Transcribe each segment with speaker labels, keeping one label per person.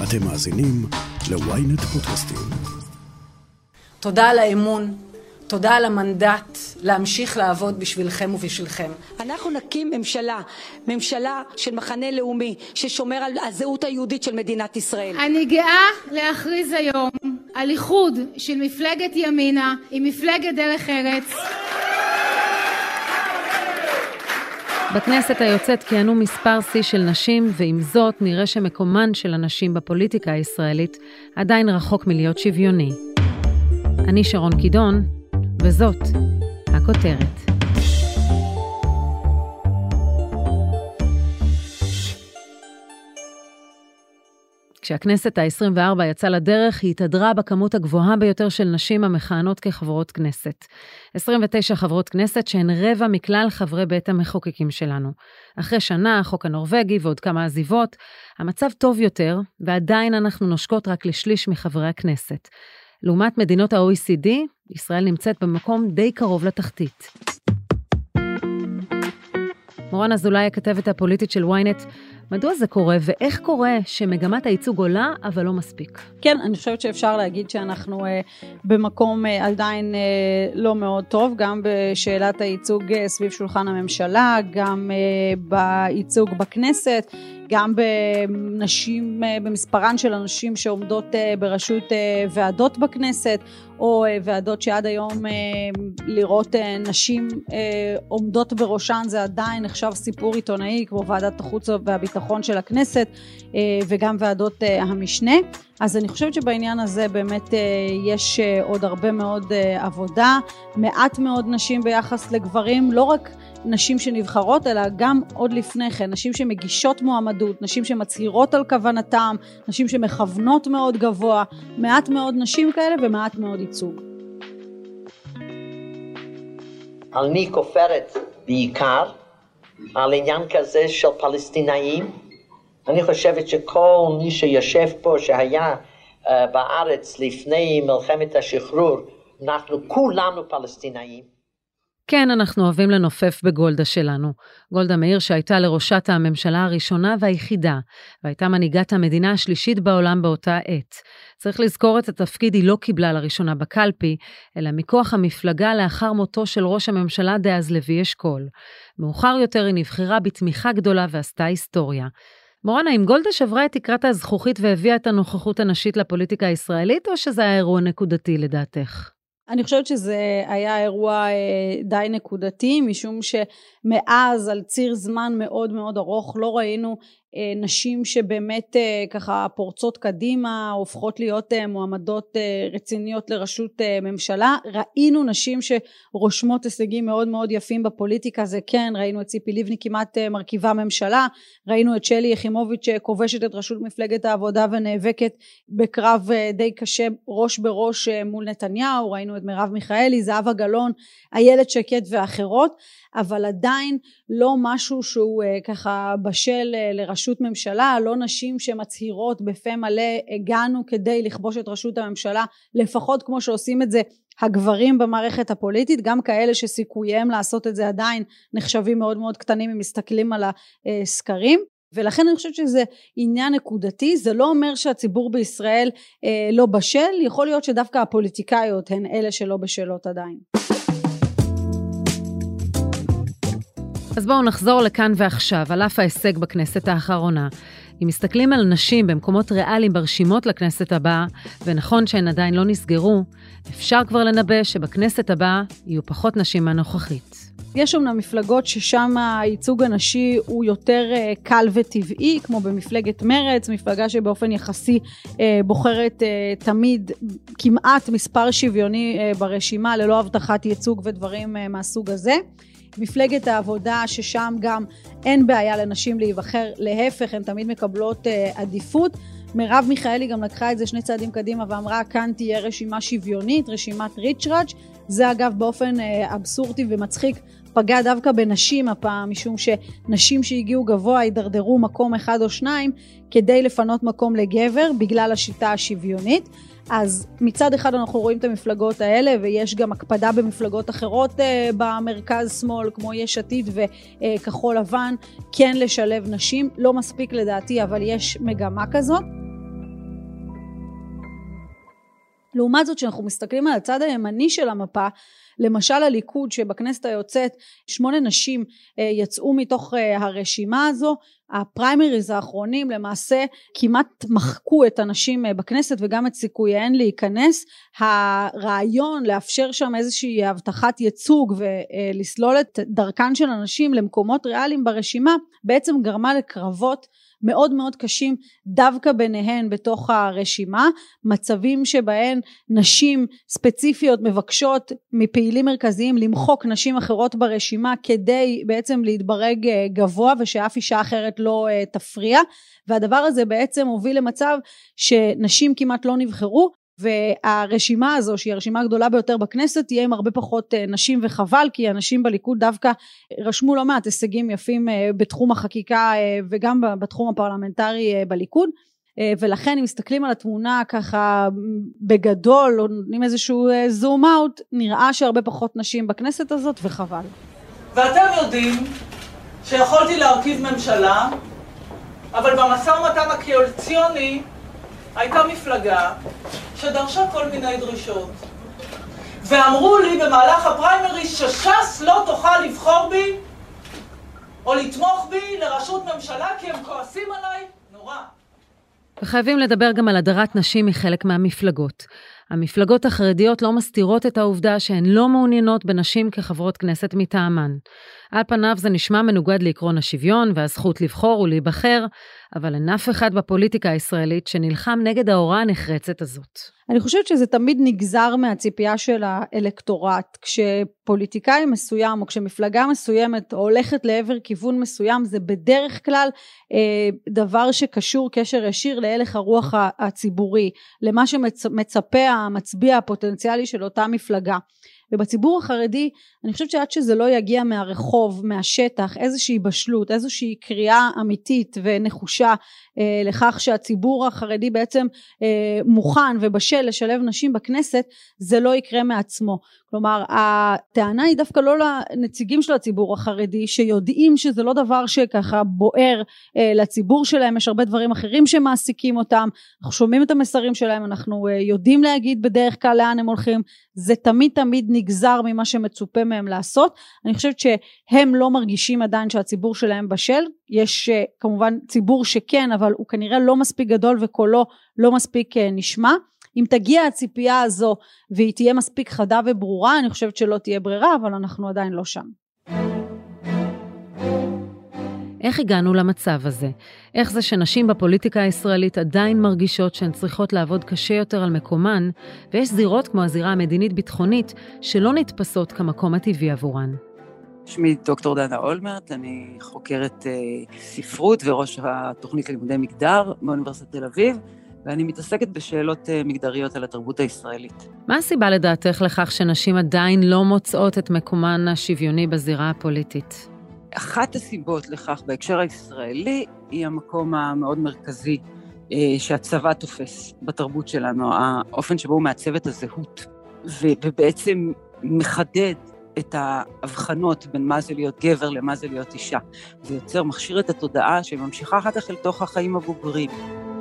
Speaker 1: אתם מאזינים ל-ynet פודקאסטים.
Speaker 2: תודה על האמון, תודה על המנדט להמשיך לעבוד בשבילכם ובשבילכם.
Speaker 3: אנחנו נקים ממשלה של מחנה לאומי ששומר על הזהות היהודית של מדינת ישראל.
Speaker 4: אני גאה להכריז היום על איחוד של מפלגת ימינה עם מפלגת דרך ארץ.
Speaker 5: בכנסת היוצאת כיהנו מספר שיא של נשים, ועם זאת נראה שמקומן של הנשים בפוליטיקה הישראלית עדיין רחוק מלהיות שוויוני. אני שרון קידון, וזאת הכותרת. כשהכנסת ה-24 יצאה לדרך, היא התהדרה בכמות הגבוהה ביותר של נשים המכהנות כחברות כנסת. 29 חברות כנסת שהן רבע מכלל חברי בית המחוקקים שלנו. אחרי שנה, החוק הנורווגי ועוד כמה עזיבות, המצב טוב יותר, ועדיין אנחנו נושקות רק לשליש מחברי הכנסת. לעומת מדינות ה-OECD, ישראל נמצאת במקום די קרוב לתחתית. מורן אזולאי, הכתבת הפוליטית של ynet, מדוע זה קורה ואיך קורה שמגמת הייצוג עולה אבל לא מספיק?
Speaker 6: כן, אני חושבת שאפשר להגיד שאנחנו במקום עדיין לא מאוד טוב, גם בשאלת הייצוג סביב שולחן הממשלה, גם בייצוג בכנסת, גם בנשים, במספרן של אנשים שעומדות בראשות ועדות בכנסת, או ועדות שעד היום לראות נשים עומדות בראשן, זה עדיין נחשב סיפור עיתונאי, כמו ועדת החוץ והביטחון של הכנסת, וגם ועדות המשנה. אז אני חושבת שבעניין הזה באמת יש עוד הרבה מאוד עבודה, מעט מאוד נשים ביחס לגברים, לא רק נשים שנבחרות, אלא גם עוד לפני כן, נשים שמגישות מועמדות, נשים שמצהירות על כוונתם, נשים שמכוונות מאוד גבוה, מעט מאוד נשים כאלה ומעט מאוד ייצוג.
Speaker 7: אני כופרת בעיקר על עניין כזה של פלסטינאים. אני חושבת שכל מי שיושב פה שהיה בארץ לפני מלחמת השחרור, אנחנו כולנו פלסטינאים.
Speaker 5: כן, אנחנו אוהבים לנופף בגולדה שלנו. גולדה מאיר שהייתה לראשת הממשלה הראשונה והיחידה, והייתה מנהיגת המדינה השלישית בעולם באותה עת. צריך לזכור את התפקיד היא לא קיבלה לראשונה בקלפי, אלא מכוח המפלגה לאחר מותו של ראש הממשלה דאז לוי אשכול. מאוחר יותר היא נבחרה בתמיכה גדולה ועשתה היסטוריה. מורן, האם גולדה שברה את תקרת הזכוכית והביאה את הנוכחות הנשית לפוליטיקה הישראלית, או שזה היה אירוע נקודתי לדעתך?
Speaker 6: אני חושבת שזה היה אירוע די נקודתי, משום שמאז על ציר זמן מאוד מאוד ארוך לא ראינו נשים שבאמת ככה פורצות קדימה, הופכות להיות מועמדות רציניות לראשות ממשלה. ראינו נשים שרושמות הישגים מאוד מאוד יפים בפוליטיקה, זה כן, ראינו את ציפי לבני כמעט מרכיבה ממשלה, ראינו את שלי יחימוביץ' שכובשת את ראשות מפלגת העבודה ונאבקת בקרב די קשה ראש בראש מול נתניהו, ראינו את מרב מיכאלי, זהבה גלאון, איילת שקד ואחרות, אבל עדיין לא משהו שהוא ככה בשל לראשות ממשלה, לא נשים שמצהירות בפה מלא הגענו כדי לכבוש את ראשות הממשלה, לפחות כמו שעושים את זה הגברים במערכת הפוליטית, גם כאלה שסיכוייהם לעשות את זה עדיין נחשבים מאוד מאוד קטנים אם מסתכלים על הסקרים. ולכן אני חושבת שזה עניין נקודתי, זה לא אומר שהציבור בישראל לא בשל, יכול להיות שדווקא הפוליטיקאיות הן אלה שלא בשלות עדיין.
Speaker 5: אז בואו נחזור לכאן ועכשיו, על אף ההישג בכנסת האחרונה. אם מסתכלים על נשים במקומות ריאליים ברשימות לכנסת הבאה, ונכון שהן עדיין לא נסגרו, אפשר כבר לנבא שבכנסת הבאה יהיו פחות נשים מהנוכחית.
Speaker 6: יש אומנם מפלגות ששם הייצוג הנשי הוא יותר קל וטבעי, כמו במפלגת מרץ, מפלגה שבאופן יחסי בוחרת תמיד כמעט מספר שוויוני ברשימה, ללא הבטחת ייצוג ודברים מהסוג הזה. מפלגת העבודה ששם גם אין בעיה לנשים להיבחר, להפך הן תמיד מקבלות עדיפות. מרב מיכאלי גם לקחה את זה שני צעדים קדימה ואמרה כאן תהיה רשימה שוויונית, רשימת ריצ'ראץ'. זה אגב באופן אבסורדי ומצחיק פגע דווקא בנשים הפעם, משום שנשים שהגיעו גבוה ידרדרו מקום אחד או שניים כדי לפנות מקום לגבר בגלל השיטה השוויונית. אז מצד אחד אנחנו רואים את המפלגות האלה, ויש גם הקפדה במפלגות אחרות במרכז שמאל, כמו יש עתיד וכחול לבן, כן לשלב נשים, לא מספיק לדעתי, אבל יש מגמה כזאת. לעומת זאת, שאנחנו מסתכלים על הצד הימני של המפה, למשל הליכוד שבכנסת היוצאת 8 נשים יצאו מתוך הרשימה הזו, הפריימריז האחרונים למעשה כמעט מחקו את הנשים בכנסת וגם את סיכוייהן להיכנס. הרעיון לאפשר שם איזושהי הבטחת ייצוג ולסלול את דרכן של הנשים למקומות ריאליים ברשימה בעצם גרמה לקרבות מאוד מאוד קשים דווקא ביניהן בתוך הרשימה, מצבים שבהן נשים ספציפיות מבקשות מפעילים מרכזיים למחוק נשים אחרות ברשימה כדי בעצם להתברג גבוה ושאף אישה אחרת לא תפריע, והדבר הזה בעצם הוביל למצב שנשים כמעט לא נבחרו, והרשימה הזו שהיא הרשימה הגדולה ביותר בכנסת תהיה עם הרבה פחות נשים, וחבל כי הנשים בליכוד דווקא רשמו לא מעט הישגים יפים בתחום החקיקה וגם בתחום הפרלמנטרי בליכוד, ולכן אם מסתכלים על התמונה ככה בגדול או נותנים איזשהו זום אאוט, נראה שהרבה פחות נשים בכנסת הזאת וחבל.
Speaker 8: ואתם יודעים שיכולתי להרכיב ממשלה, אבל במשא ומתן הקואליציוני הייתה מפלגה שדרשה כל מיני דרישות. ואמרו לי במהלך הפריימריז שש"ס לא תוכל לבחור בי או לתמוך בי לראשות ממשלה כי הם כועסים עליי נורא.
Speaker 5: וחייבים לדבר גם על הדרת נשים מחלק מהמפלגות. המפלגות החרדיות לא מסתירות את העובדה שהן לא מעוניינות בנשים כחברות כנסת מטעמן. על פניו זה נשמע מנוגד לעקרון השוויון והזכות לבחור ולהיבחר, אבל אין אף אחד בפוליטיקה הישראלית שנלחם נגד ההוראה הנחרצת הזאת.
Speaker 6: אני חושבת שזה תמיד נגזר מהציפייה של האלקטורט. כשפוליטיקאי מסוים או כשמפלגה מסוימת הולכת לעבר כיוון מסוים, זה בדרך כלל דבר שקשור קשר ישיר להלך הרוח הציבורי, למה שמצפה המצביע הפוטנציאלי של אותה מפלגה. ובציבור החרדי אני חושבת שעד שזה לא יגיע מהרחוב, מהשטח, איזושהי בשלות, איזושהי קריאה אמיתית ונחושה לכך שהציבור החרדי בעצם מוכן ובשל לשלב נשים בכנסת, זה לא יקרה מעצמו. כלומר, הטענה היא דווקא לא לנציגים של הציבור החרדי, שיודעים שזה לא דבר שככה בוער לציבור שלהם, יש הרבה דברים אחרים שמעסיקים אותם, אנחנו שומעים את המסרים שלהם, אנחנו יודעים להגיד בדרך כלל לאן הם הולכים, זה תמיד נגזר ממה שמצופה מהם לעשות. אני חושבת שהם לא מרגישים עדיין שהציבור שלהם בשל, יש כמובן ציבור שכן, אבל הוא כנראה לא מספיק גדול וקולו לא מספיק נשמע. אם תגיע הציפייה הזו והיא תהיה מספיק חדה וברורה, אני חושבת שלא תהיה ברירה, אבל אנחנו עדיין לא שם.
Speaker 5: איך הגענו למצב הזה? איך זה שנשים בפוליטיקה הישראלית עדיין מרגישות שהן צריכות לעבוד קשה יותר על מקומן, ויש זירות כמו הזירה המדינית-ביטחונית שלא נתפסות כמקום הטבעי עבורן?
Speaker 9: שמי דוקטור דנה אולמרט, אני חוקרת ספרות וראש התוכנית ללימודי מגדר באוניברסיטת תל אביב, ואני מתעסקת בשאלות מגדריות על התרבות הישראלית.
Speaker 5: מה הסיבה לדעתך לכך שנשים עדיין לא מוצאות את מקומן השוויוני בזירה הפוליטית?
Speaker 9: אחת הסיבות לכך בהקשר הישראלי היא המקום המאוד מרכזי שהצבא תופס בתרבות שלנו, האופן שבו הוא מעצב את הזהות, ובעצם מחדד את ההבחנות בין מה זה להיות גבר למה זה להיות אישה. זה יוצר, מכשיר את התודעה שממשיכה אחר כך אל תוך החיים הבוגרים.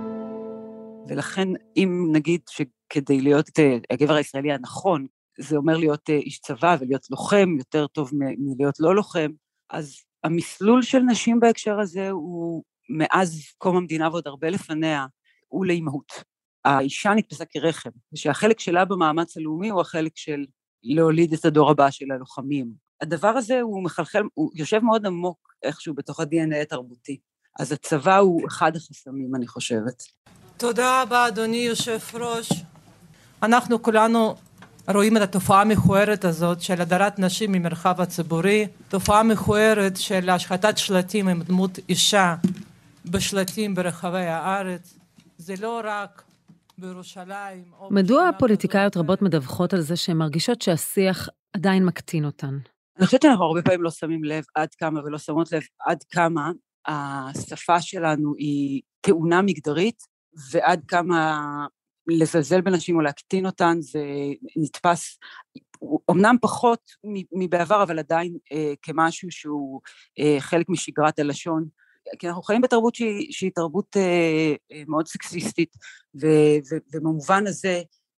Speaker 9: ולכן אם נגיד שכדי להיות הגבר הישראלי הנכון, זה אומר להיות איש צבא ולהיות לוחם יותר טוב מלהיות לא לוחם, אז המסלול של נשים בהקשר הזה הוא מאז קום המדינה ועוד הרבה לפניה, הוא לאימהות. האישה נתפסה כרחם, ושהחלק שלה במאמץ הלאומי הוא החלק של להוליד את הדור הבא של הלוחמים. הדבר הזה הוא מחלחל, הוא יושב מאוד עמוק איכשהו בתוך ה-DNA התרבותי. אז הצבא הוא אחד החסמים, אני חושבת.
Speaker 8: תודה רבה, אדוני יושב ראש. אנחנו כולנו רואים את התופעה המכוערת הזאת של הדרת נשים ממרחב הציבורי, תופעה מכוערת של השחתת שלטים עם דמות אישה בשלטים ברחבי הארץ. זה לא רק בירושלים.
Speaker 5: מדוע הפוליטיקאיות רבות מדווחות על זה שהן מרגישות שהשיח עדיין מקטין אותן?
Speaker 9: אני חושבת שאנחנו הרבה פעמים לא שמים לב עד כמה ולא שמות לב עד כמה השפה שלנו היא טעונה מגדרית, ועד כמה לזלזל בנשים או להקטין אותן זה נתפס, אמנם פחות מבעבר, אבל עדיין כמשהו שהוא חלק משגרת הלשון, כי אנחנו חיים בתרבות שהיא תרבות מאוד סקסיסטית, ובמובן הזה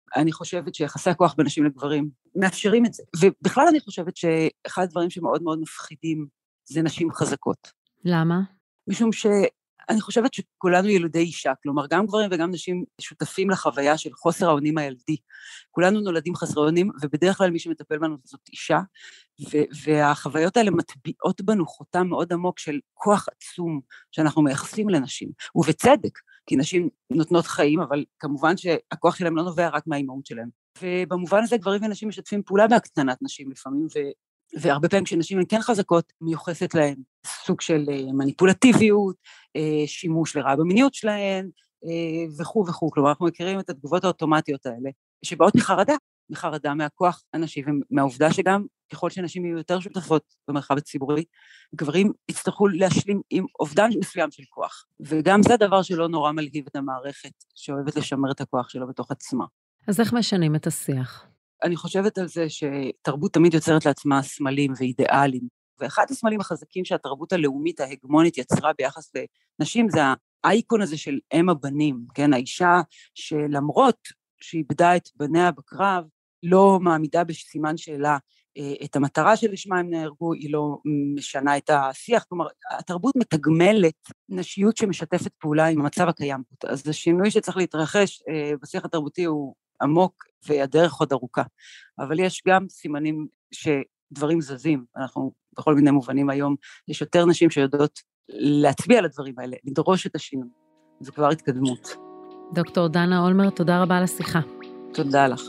Speaker 9: אני חושבת שיחסי הכוח בין נשים לגברים מאפשרים את זה. ובכלל אני חושבת שאחד הדברים שמאוד מאוד מפחידים זה נשים חזקות.
Speaker 5: למה?
Speaker 9: משום שאני חושבת שכולנו ילודי אישה, כלומר גם גברים וגם נשים שותפים לחוויה של חוסר האונים הילדי. כולנו נולדים חסרי אונים, ובדרך כלל מי שמטפל בנו זאת אישה, והחוויות האלה מטביעות בנו חותם מאוד עמוק של כוח עצום שאנחנו מייחסים לנשים, ובצדק, כי נשים נותנות חיים, אבל כמובן שהכוח שלהם לא נובע רק מהאימהות שלהם. ובמובן הזה גברים ונשים משתפים פעולה בהקטנת נשים לפעמים, והרבה פעמים כשנשים הן כן חזקות, מיוחסת להן סוג של מניפולטיביות, שימוש לרעה במיניות שלהן, וכו' וכו'. כלומר, אנחנו מכירים את התגובות האוטומטיות האלה, שבאות מחרדה מהכוח הנשי, ומהעובדה שגם ככל שנשים יהיו יותר שותפות במרחב הציבורי, גברים יצטרכו להשלים עם אובדן מסוים של כוח. וגם זה דבר שלא נורא מלהיב את המערכת, שאוהבת לשמר את הכוח שלו בתוך עצמה.
Speaker 5: אז איך משנים את השיח?
Speaker 9: אני חושבת על זה שתרבות תמיד יוצרת לעצמה סמלים ואידיאלים, ואחד הסמלים החזקים שהתרבות הלאומית ההגמונית יצרה ביחס לנשים, זה האייקון הזה של אם הבנים, כן? האישה שלמרות שאיבדה את בניה בקרב, לא מעמידה בסימן שאלה את המטרה שלשמה הם נהרגו, היא לא משנה את השיח, כלומר, התרבות מתגמלת נשיות שמשתפת פעולה עם המצב הקיים. אז השינוי שצריך להתרחש בשיח התרבותי הוא עמוק, והדרך עוד ארוכה. אבל יש גם סימנים שדברים זזים, אנחנו בכל מיני מובנים היום, יש יותר נשים שיודעות להצביע על הדברים האלה, לדרוש את השינוי. זה כבר התקדמות.
Speaker 5: דוקטור דנה אולמרט, תודה רבה על השיחה.
Speaker 9: תודה לך.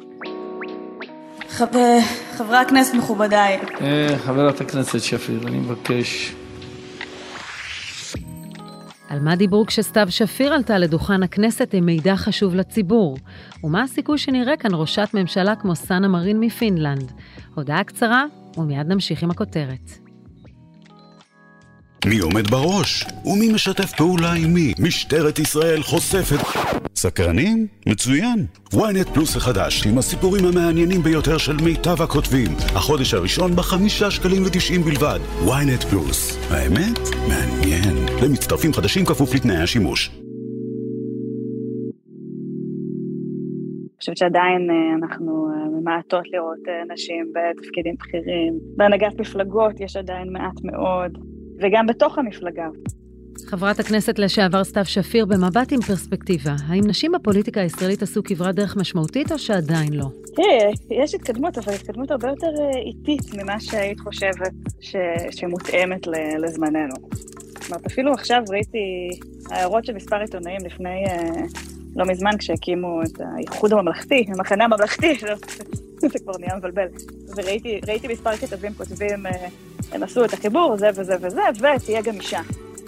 Speaker 10: חברי הכנסת מכובדיי.
Speaker 11: חברת הכנסת שפיר, אני מבקש.
Speaker 5: על מה דיברו כשסתיו שפיר עלתה לדוכן הכנסת עם מידע חשוב לציבור? ומה הסיכוי שנראה כאן ראשת ממשלה כמו סאנה מרין מפינלנד? הודעה קצרה, ומיד נמשיך עם הכותרת.
Speaker 1: מי עומד בראש? ומי משתף פעולה עם מי? משטרת ישראל חושפת. סקרנים? מצוין. ynet פלוס החדש עם הסיפורים המעניינים ביותר של מיטב הכותבים. החודש הראשון ב5.90 שקלים בלבד. ynet פלוס. האמת? מעניין. למצטרפים חדשים כפוף לתנאי השימוש.
Speaker 10: אני חושבת שעדיין אנחנו ממעטות לראות נשים בתפקידים בכירים. בהנהגת מפלגות יש עדיין מעט מאוד. וגם בתוך המפלגה.
Speaker 5: חברת הכנסת לשעבר סתיו שפיר, במבט עם פרספקטיבה, האם נשים בפוליטיקה הישראלית עשו כברת דרך משמעותית או שעדיין לא?
Speaker 10: יש התקדמות, אבל התקדמות הרבה יותר איטית ממה שהיית חושבת שמותאמת לזמננו. זאת אומרת, אפילו עכשיו ראיתי הערות של מספר עיתונאים לפני לא מזמן כשהקימו את האיחוד הממלכתי, המחנה הממלכתי, זה כבר נהיה מבלבל, וראיתי מספר כתבים כותבים, הם עשו את החיבור, זה וזה וזה, ותהיה גם אישה.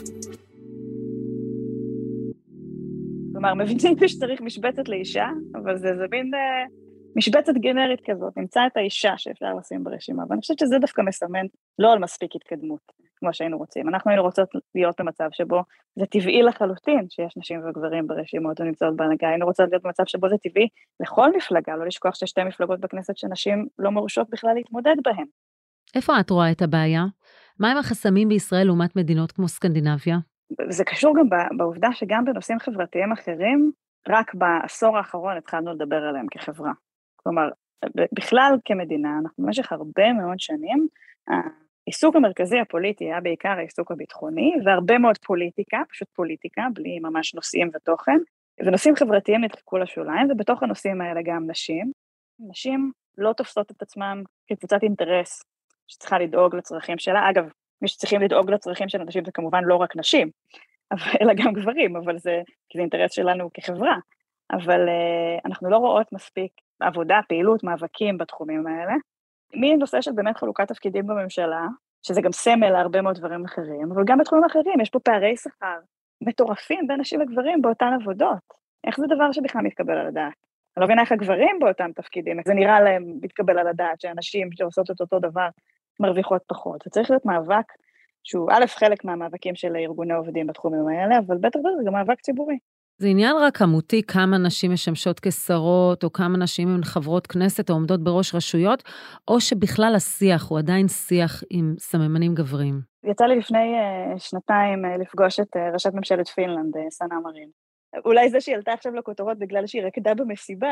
Speaker 10: כלומר, מבינים שצריך משבצת לאישה, אבל זה מין משבצת גנרית כזאת, נמצא את האישה שאפשר לשים ברשימה, ואני חושבת שזה דווקא מסמן לא על מספיק התקדמות, כמו שהיינו רוצים. אנחנו היינו רוצות להיות במצב שבו זה טבעי לחלוטין שיש נשים וגברים ברשימות ונמצאות בהנהגה, היינו רוצות להיות במצב שבו זה טבעי לכל מפלגה, לא לשכוח ששתי מפלגות בכנסת שנשים לא מורשות בכלל להתמודד בהן.
Speaker 5: איפה את רואה את הבעיה? מה הם החסמים בישראל לעומת מדינות כמו סקנדינביה?
Speaker 10: זה קשור גם בעובדה שגם בנושאים חברתיים אחרים, רק בעשור האחרון התחלנו לדבר עליהם כחברה. כלומר, בכלל כמדינה, אנחנו במשך הרבה מאוד שנים, העיסוק המרכזי הפוליטי היה בעיקר העיסוק הביטחוני, והרבה מאוד פוליטיקה, פשוט פוליטיקה, בלי ממש נושאים ותוכן, ונושאים חברתיים נדחקו לשוליים, ובתוך הנושאים האלה גם נשים. נשים לא תופסות את עצמם כקבוצת אינטרס, שצריכה לדאוג לצרכים שלה. אגב, מי שצריכים לדאוג לצרכים של אנשים זה כמובן לא רק נשים, אלא גם גברים, אבל זה אינטרס שלנו כחברה. אבל אנחנו לא רואות מספיק עבודה, פעילות, מאבקים בתחומים האלה. מנושא של באמת חלוקת תפקידים בממשלה, שזה גם סמל להרבה מאוד דברים אחרים, אבל גם בתחומים אחרים יש פה פערי שכר מטורפים בין נשים לגברים באותן עבודות. איך זה דבר שבכלל מתקבל על הדעת? אני לא מבינה איך הגברים באותם תפקידים, איך זה נראה להם מתקבל על הדעת, שאנשים שעושות את אותו דבר מרוויחות פחות. וצריך להיות מאבק שהוא א' חלק מהמאבקים של ארגוני עובדים בתחומים האלה, אבל בטח זה גם מאבק ציבורי.
Speaker 5: זה עניין רק כמותי כמה נשים משמשות כשרות, או כמה נשים הן חברות כנסת או עומדות בראש רשויות, או שבכלל השיח הוא עדיין שיח עם סממנים גברים.
Speaker 10: יצא לי לפני שנתיים לפגוש את ראשת ממשלת פינלנד, סאנה מרין. אולי זה שהיא עלתה עכשיו לכותרות בגלל שהיא רקדה במסיבה,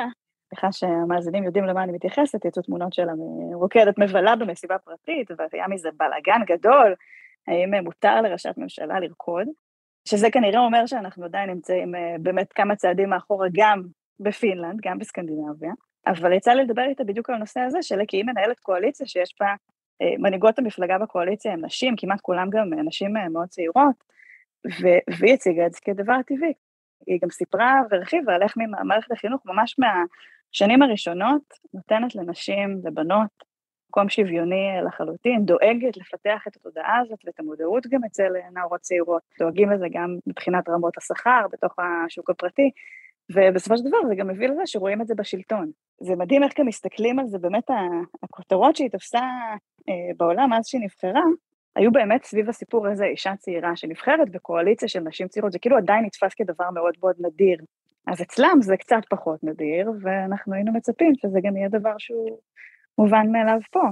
Speaker 10: בכלל שהמאזינים יודעים למה אני מתייחסת, יצאו תמונות שלה מרוקדת מבלה במסיבה פרטית, והיה מזה בלגן גדול, האם מותר לראשת ממשלה לרקוד, שזה כנראה אומר שאנחנו עדיין נמצאים באמת כמה צעדים מאחורה גם בפינלנד, גם בסקנדינביה, אבל יצא לי לדבר איתה בדיוק על הנושא הזה, כי היא מנהלת קואליציה שיש בה, מנהיגות המפלגה בקואליציה הם נשים, כמעט כולם גם נשים מאוד צעירות, והיא הציגה את זה כדבר טבעי. היא גם סיפרה והרחיבה על איך ממערכת החינוך, ממש מהשנים הראשונות, נותנת לנשים, לבנות, מקום שוויוני לחלוטין, דואגת לפתח את התודעה הזאת ואת המודעות גם אצל נערות צעירות, דואגים לזה גם מבחינת רמות השכר בתוך השוק הפרטי, ובסופו של דבר זה גם מביא לזה שרואים את זה בשלטון. זה מדהים איך גם מסתכלים על זה, באמת הכותרות שהיא תפסה בעולם אז שהיא נבחרה, היו באמת סביב הסיפור הזה, אישה צעירה שנבחרת בקואליציה של נשים צעירות, זה כאילו עדיין נתפס כדבר מאוד מאוד נדיר. אז אצלם זה קצת פחות נדיר, ואנחנו היינו מצפים שזה גם יהיה דבר שהוא מובן מאליו פה.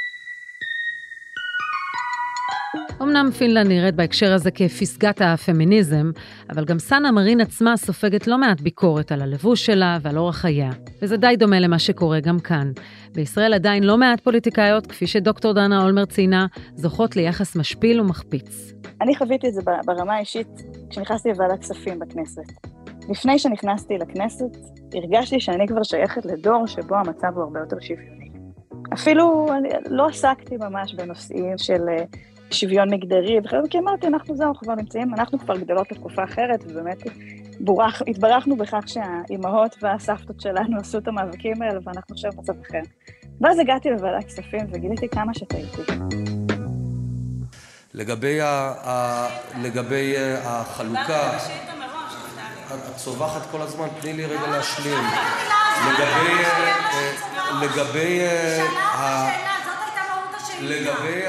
Speaker 5: אמנם פינלנד נראית בהקשר הזה כפסגת הפמיניזם, אבל גם סאנה מרין עצמה סופגת לא מעט ביקורת על הלבוש שלה ועל אורח חייה. וזה די דומה למה שקורה גם כאן. בישראל עדיין לא מעט פוליטיקאיות, כפי שדוקטור דנה אולמרט ציינה, זוכות ליחס משפיל ומחפיץ.
Speaker 10: אני חוויתי את זה ברמה האישית כשנכנסתי לוועדת כספים בכנסת. לפני שנכנסתי לכנסת, הרגשתי שאני כבר שייכת לדור שבו המצב הוא הרבה יותר שוויוני. אפילו לא עסקתי ממש בנושאים של שוויון מגדרי, כי אמרתי, אנחנו כבר נמצאים, אנחנו כבר גדלות לתקופה אחרת, ובאמת התברכנו בכך שהאימהות והסבתות שלנו עשו את המאבקים האלה, ואנחנו עכשיו במצב אחר. ואז הגעתי לוועדת כספים וגיליתי כמה שטעיתי.
Speaker 12: לגבי החלוקה, את צובחת כל הזמן, תני לי רגע להשלים. לגבי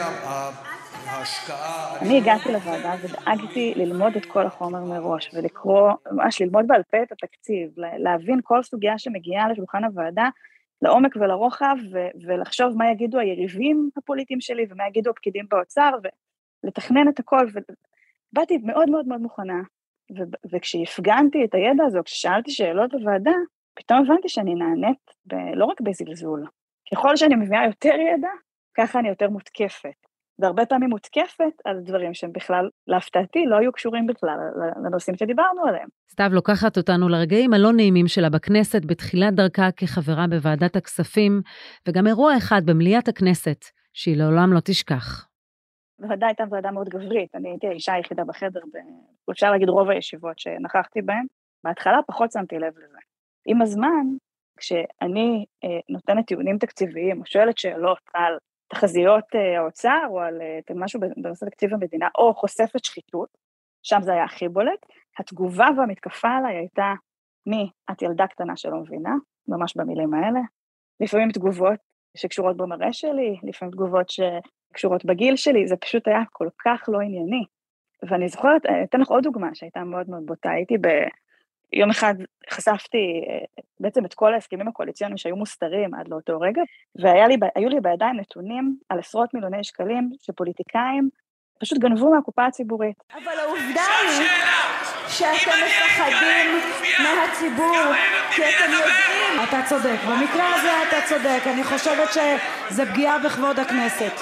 Speaker 12: ההשקעה...
Speaker 10: אני הגעתי לוועדה ודאגתי ללמוד את כל החומר מראש, ולקרוא, ממש ללמוד בעל פה את התקציב, להבין כל סוגיה שמגיעה לשולחן הוועדה, לעומק ולרוחב, ולחשוב מה יגידו היריבים הפוליטיים שלי, ומה יגידו הפקידים באוצר, ולתכנן את הכל, ובאתי מאוד מאוד מאוד מוכנה, וכשהפגנתי את הידע הזו, כששאלתי שאלות בוועדה, פתאום הבנתי שאני נענית לא רק בזלזול. ככל שאני מביאה יותר ידע, ככה אני יותר מותקפת. והרבה פעמים מותקפת על דברים שהם בכלל, להפתעתי, לא היו קשורים בכלל לנושאים שדיברנו עליהם.
Speaker 5: סתיו לוקחת אותנו לרגעים הלא נעימים שלה בכנסת, בתחילת דרכה כחברה בוועדת הכספים, וגם אירוע אחד במליאת הכנסת, שהיא לעולם לא תשכח.
Speaker 10: בוודאי הייתה ועדה מאוד גברית, אני הייתי האישה היחידה בחדר, אפשר להגיד רוב הישיבות שנכחתי בהן, בהתחלה פחות שמתי לב לזה. עם הזמן, כשאני נותנת טיעונים תקציביים, או שואלת שאלות על תחזיות האוצר, או על משהו בנושא תקציב המדינה, או חושפת שחיתות, שם זה היה הכי בולט, התגובה והמתקפה עליי הייתה, את ילדה קטנה שלא מבינה, ממש במילים האלה, לפעמים תגובות שקשורות במראה שלי, לפעמים תגובות שקשורות בגיל שלי, זה פשוט היה כל כך לא ענייני. ואני זוכרת, אתן לך עוד דוגמה שהייתה מאוד מאוד בוטה, הייתי יום אחד חשפתי בעצם את כל ההסכמים הקואליציוניים שהיו מוסתרים עד לאותו רגע, והיו לי בידיים נתונים על עשרות מיליוני שקלים שפוליטיקאים פשוט גנבו מהקופה הציבורית.
Speaker 3: אבל העובדה היא שאתם מפחדים מהציבור, כי אתם יודעים.
Speaker 2: אתה צודק, במקרה הזה אתה צודק, אני חושבת שזה פגיעה בכבוד הכנסת.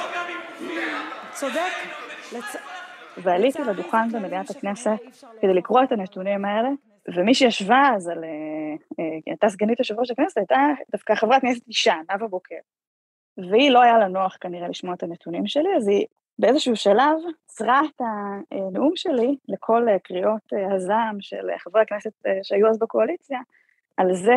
Speaker 2: צודק?
Speaker 10: ועליתי לדוכן במליאת הכנסת כדי לקרוא את הנתונים האלה, ומי שישבה אז הייתה סגנית יושב ראש הכנסת, הייתה דווקא חברת כנסת אישה, נאוה בוקר, והיא לא היה לה נוח כנראה לשמוע את הנתונים שלי, אז היא באיזשהו שלב צרה את הנאום שלי לכל קריאות הזעם של חברי הכנסת שהיו אז בקואליציה, על זה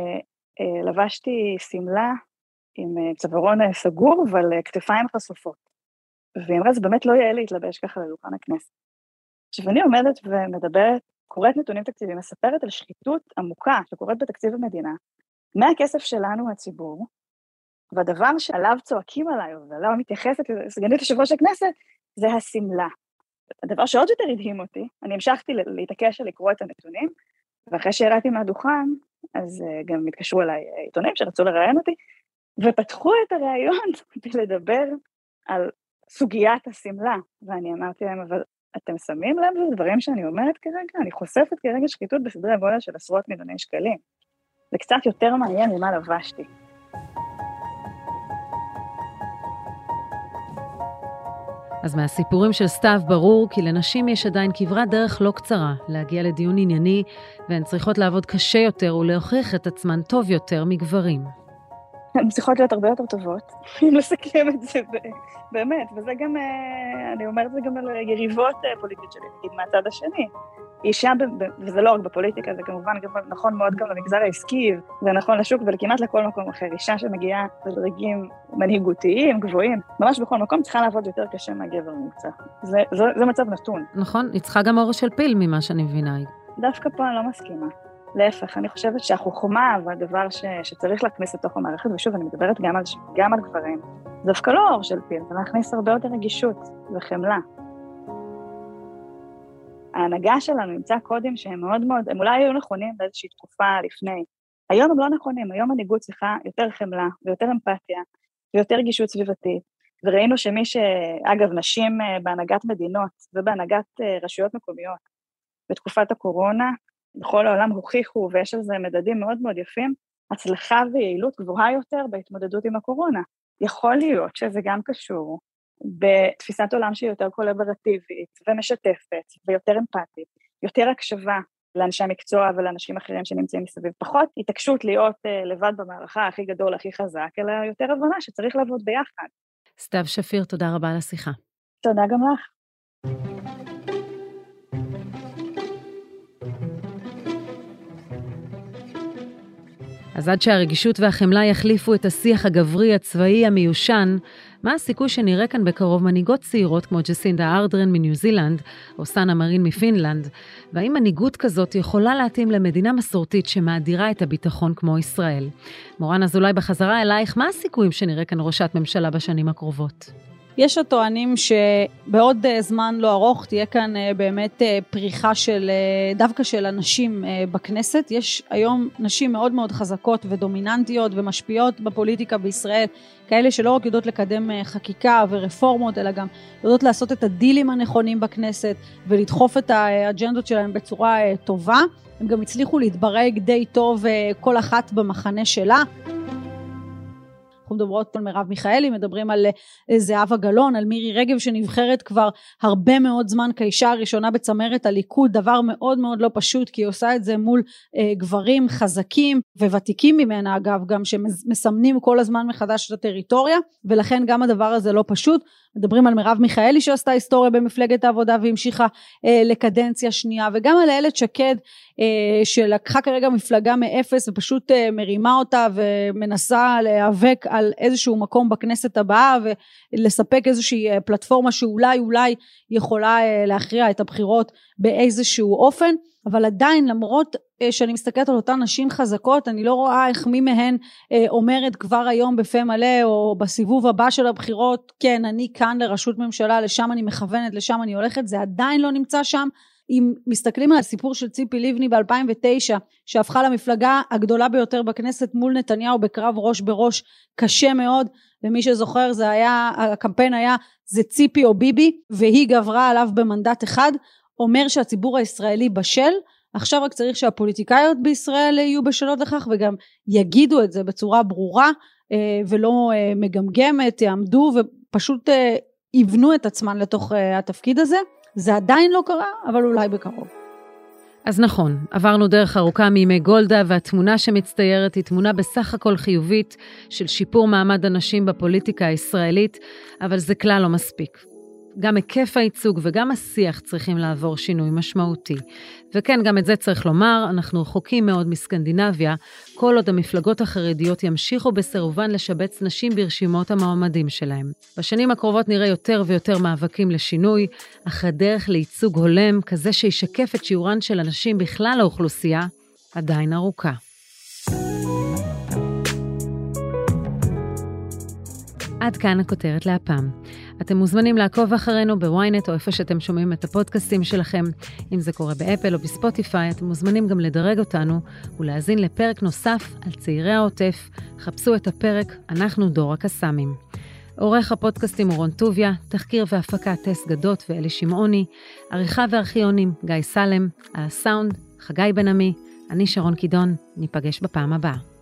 Speaker 10: שלבשתי סמלה עם צווארון סגור ועל כתפיים חשופות. והיא אמרה, זה באמת לא יהיה להתלבש ככה לדוכן הכנסת. עכשיו אני עומדת ומדברת, קוראת נתונים תקציביים, מספרת על שחיתות עמוקה שקורית בתקציב המדינה, מהכסף שלנו הציבור, והדבר שעליו צועקים עליי, ועליו מתייחסת סגנית יושב ראש הכנסת, זה הסמלה. הדבר שעוד יותר הדהים אותי, אני המשכתי להתעקש על לקרוא את הנתונים, ואחרי שירדתי מהדוכן, אז גם התקשרו אליי עיתונים שרצו לראיין אותי, ופתחו את הראיון לדבר על סוגיית הסמלה, ואני אמרתי להם, אבל אתם שמים לב לדברים שאני אומרת כרגע? אני חושפת כרגע שחיתות בסדרי הגודל של עשרות מיליוני שקלים. זה קצת יותר מעניין ממה לבשתי.
Speaker 5: אז מהסיפורים של סתיו ברור כי לנשים יש עדיין כברת דרך לא קצרה להגיע לדיון ענייני, והן צריכות לעבוד קשה יותר ולהוכיח את עצמן טוב יותר מגברים.
Speaker 10: הן צריכות להיות הרבה יותר טובות, אם לסכם את זה באמת, וזה גם, אני אומרת את זה גם על יריבות פוליטיות שלי, נגיד מהצד השני. אישה, וזה לא רק בפוליטיקה, זה כמובן נכון מאוד גם למגזר העסקי, זה נכון לשוק ולכמעט לכל מקום אחר. אישה שמגיעה לדרגים מנהיגותיים, גבוהים, ממש בכל מקום צריכה לעבוד יותר קשה מהגבר הממוצע. זה מצב נתון.
Speaker 5: נכון, היא צריכה גם אור של פיל ממה שאני מבינה.
Speaker 10: דווקא פה אני לא מסכימה. להפך, אני חושבת שהחוכמה והדבר שצריך להכניס לתוך המערכת, ושוב, אני מדברת גם על גברים, זה דווקא לא אור של פיל, זה להכניס הרבה יותר רגישות וחמלה. ההנהגה שלנו נמצא קודם שהם מאוד מאוד, הם אולי היו נכונים באיזושהי תקופה לפני. היום הם לא נכונים, היום מנהיגות צריכה יותר חמלה ויותר אמפתיה ויותר רגישות סביבתית. וראינו שמי אגב, נשים בהנהגת מדינות ובהנהגת רשויות מקומיות בתקופת הקורונה, בכל העולם הוכיחו, ויש על זה מדדים מאוד מאוד יפים, הצלחה ויעילות גבוהה יותר בהתמודדות עם הקורונה. יכול להיות שזה גם קשור בתפיסת עולם שהיא יותר קולברטיבית ומשתפת ויותר אמפתית, יותר הקשבה לאנשי המקצוע ולאנשים אחרים שנמצאים מסביב, פחות התעקשות להיות לבד במערכה הכי גדול, הכי חזק, אלא יותר הבנה שצריך לעבוד ביחד.
Speaker 5: סתיו שפיר, תודה רבה על השיחה.
Speaker 10: תודה גם לך.
Speaker 5: אז עד שהרגישות והחמלה יחליפו את השיח הגברי הצבאי המיושן, מה הסיכוי שנראה כאן בקרוב מנהיגות צעירות כמו ג'סינדה ארדרן מניו זילנד, או סאנה מרין מפינלנד, והאם מנהיגות כזאת יכולה להתאים למדינה מסורתית שמאדירה את הביטחון כמו ישראל? מורן אזולאי, בחזרה אלייך, מה הסיכויים שנראה כאן ראשת ממשלה בשנים הקרובות?
Speaker 6: יש הטוענים שבעוד זמן לא ארוך תהיה כאן באמת פריחה של דווקא של הנשים בכנסת. יש היום נשים מאוד מאוד חזקות ודומיננטיות ומשפיעות בפוליטיקה בישראל, כאלה שלא רק יודעות לקדם חקיקה ורפורמות, אלא גם יודעות לעשות את הדילים הנכונים בכנסת ולדחוף את האג'נדות שלהם בצורה טובה. הם גם הצליחו להתברג די טוב כל אחת במחנה שלה. אנחנו מדברות על מרב מיכאלי, מדברים על זהבה גלאון, על מירי רגב שנבחרת כבר הרבה מאוד זמן כאישה הראשונה בצמרת הליכוד, דבר מאוד מאוד לא פשוט, כי היא עושה את זה מול גברים חזקים וותיקים ממנה, אגב, גם שמסמנים כל הזמן מחדש את הטריטוריה, ולכן גם הדבר הזה לא פשוט. מדברים על מרב מיכאלי שעשתה היסטוריה במפלגת העבודה והמשיכה לקדנציה שנייה, וגם על איילת שקד שלקחה כרגע מפלגה מאפס ופשוט מרימה אותה ומנסה להיאבק על איזשהו מקום בכנסת הבאה ולספק איזושהי פלטפורמה שאולי יכולה להכריע את הבחירות באיזשהו אופן. אבל עדיין, למרות שאני מסתכלת על אותן נשים חזקות, אני לא רואה איך מי מהן אומרת כבר היום בפה מלא או בסיבוב הבא של הבחירות, כן, אני כאן לראשות ממשלה, לשם אני מכוונת, לשם אני הולכת. זה עדיין לא נמצא שם. אם מסתכלים על הסיפור של ציפי לבני ב-2009, שהפכה למפלגה הגדולה ביותר בכנסת מול נתניהו בקרב ראש בראש קשה מאוד, ומי שזוכר זה היה, הקמפיין היה זה ציפי או ביבי, והיא גברה עליו במנדט אחד, אומר שהציבור הישראלי בשל. עכשיו רק צריך שהפוליטיקאיות בישראל יהיו בשלות לכך, וגם יגידו את זה בצורה ברורה ולא מגמגמת, יעמדו ופשוט יבנו את עצמן לתוך התפקיד הזה. זה עדיין לא קרה, אבל אולי בקרוב.
Speaker 5: אז נכון, עברנו דרך ארוכה מימי גולדה, והתמונה שמצטיירת היא תמונה בסך הכל חיובית של שיפור מעמד הנשים בפוליטיקה הישראלית, אבל זה כלל לא מספיק. גם היקף הייצוג וגם השיח צריכים לעבור שינוי משמעותי. וכן, גם את זה צריך לומר, אנחנו רחוקים מאוד מסקנדינביה, כל עוד המפלגות החרדיות ימשיכו בסירובן לשבץ נשים ברשימות המועמדים שלהם. בשנים הקרובות נראה יותר ויותר מאבקים לשינוי, אך הדרך לייצוג הולם, כזה שישקף את שיעורן של הנשים בכלל האוכלוסייה, עדיין ארוכה. עד כאן הכותרת להפעם. אתם מוזמנים לעקוב אחרינו בוויינט או איפה שאתם שומעים את הפודקאסטים שלכם. אם זה קורה באפל או בספוטיפיי, אתם מוזמנים גם לדרג אותנו ולהזין לפרק נוסף על צעירי העוטף. חפשו את הפרק, אנחנו דור הקסאמים. עורך הפודקאסטים הוא רון טוביה, תחקיר והפקה טס גדות ואלי שמעוני, עריכה וארכיונים גיא סלם, על הסאונד חגי בן עמי, אני שרון קידון, ניפגש בפעם הבאה.